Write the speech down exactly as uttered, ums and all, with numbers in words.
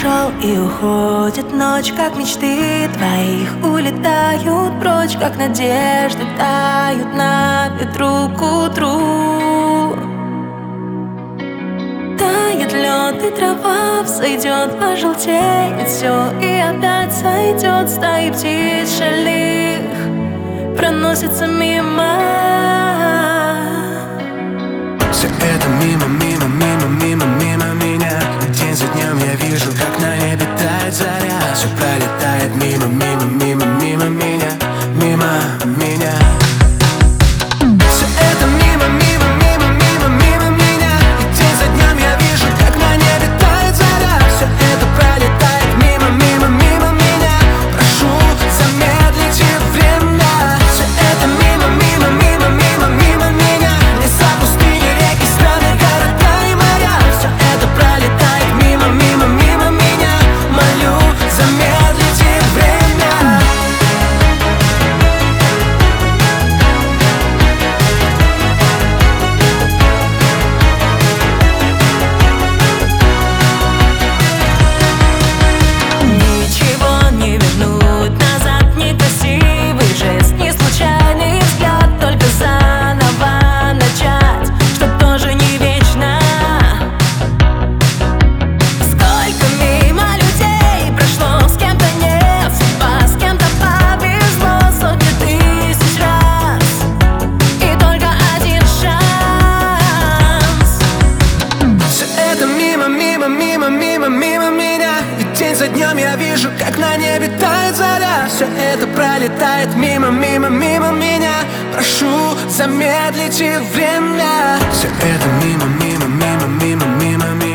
ушел и уходит ночь, как мечты твоих улетают прочь, как надежды тают на ветру к утру. Тает лед и трава взойдет, пожелтеет все, и опять сойдет. Стаи птиц шалих проносится мимо. Все это мимо, мимо, мимо, мимо, мимо меня. День за днем я вижу, как на небе тает заря. Все пролетает мимо, мимо, мимо, мимо меня, мимо меня. Все это мимо, мимо, мимо, мимо, мимо меня. И день за днем я вижу, как на небе тает заря. Все это пролетает мимо, мимо, мимо меня. Прошу, замедлите время. Все это мимо, мимо, мимо, мимо, мимо меня. Леса, пустыни, реки, страны, города и моря. Все это пролетает мимо, мимо, мимо меня. Молю, замедлите время. Ничего не вернуть назад, некрасивый жест, не случайный взгляд, только заново начать, что тоже не вечно. Сколько мимо людей прошло, с кем-то нет судьба, с кем-то повезло сотни тысяч раз, и только один шанс. Все это мимо, мимо, мимо, мимо, мимо меня. И день за днем я вижу, как на небе тает заря. Все это пролетает мимо, мимо, мимо меня. Прошу, замедлите время. Все это мимо, мимо, мимо, мимо, мимо меня.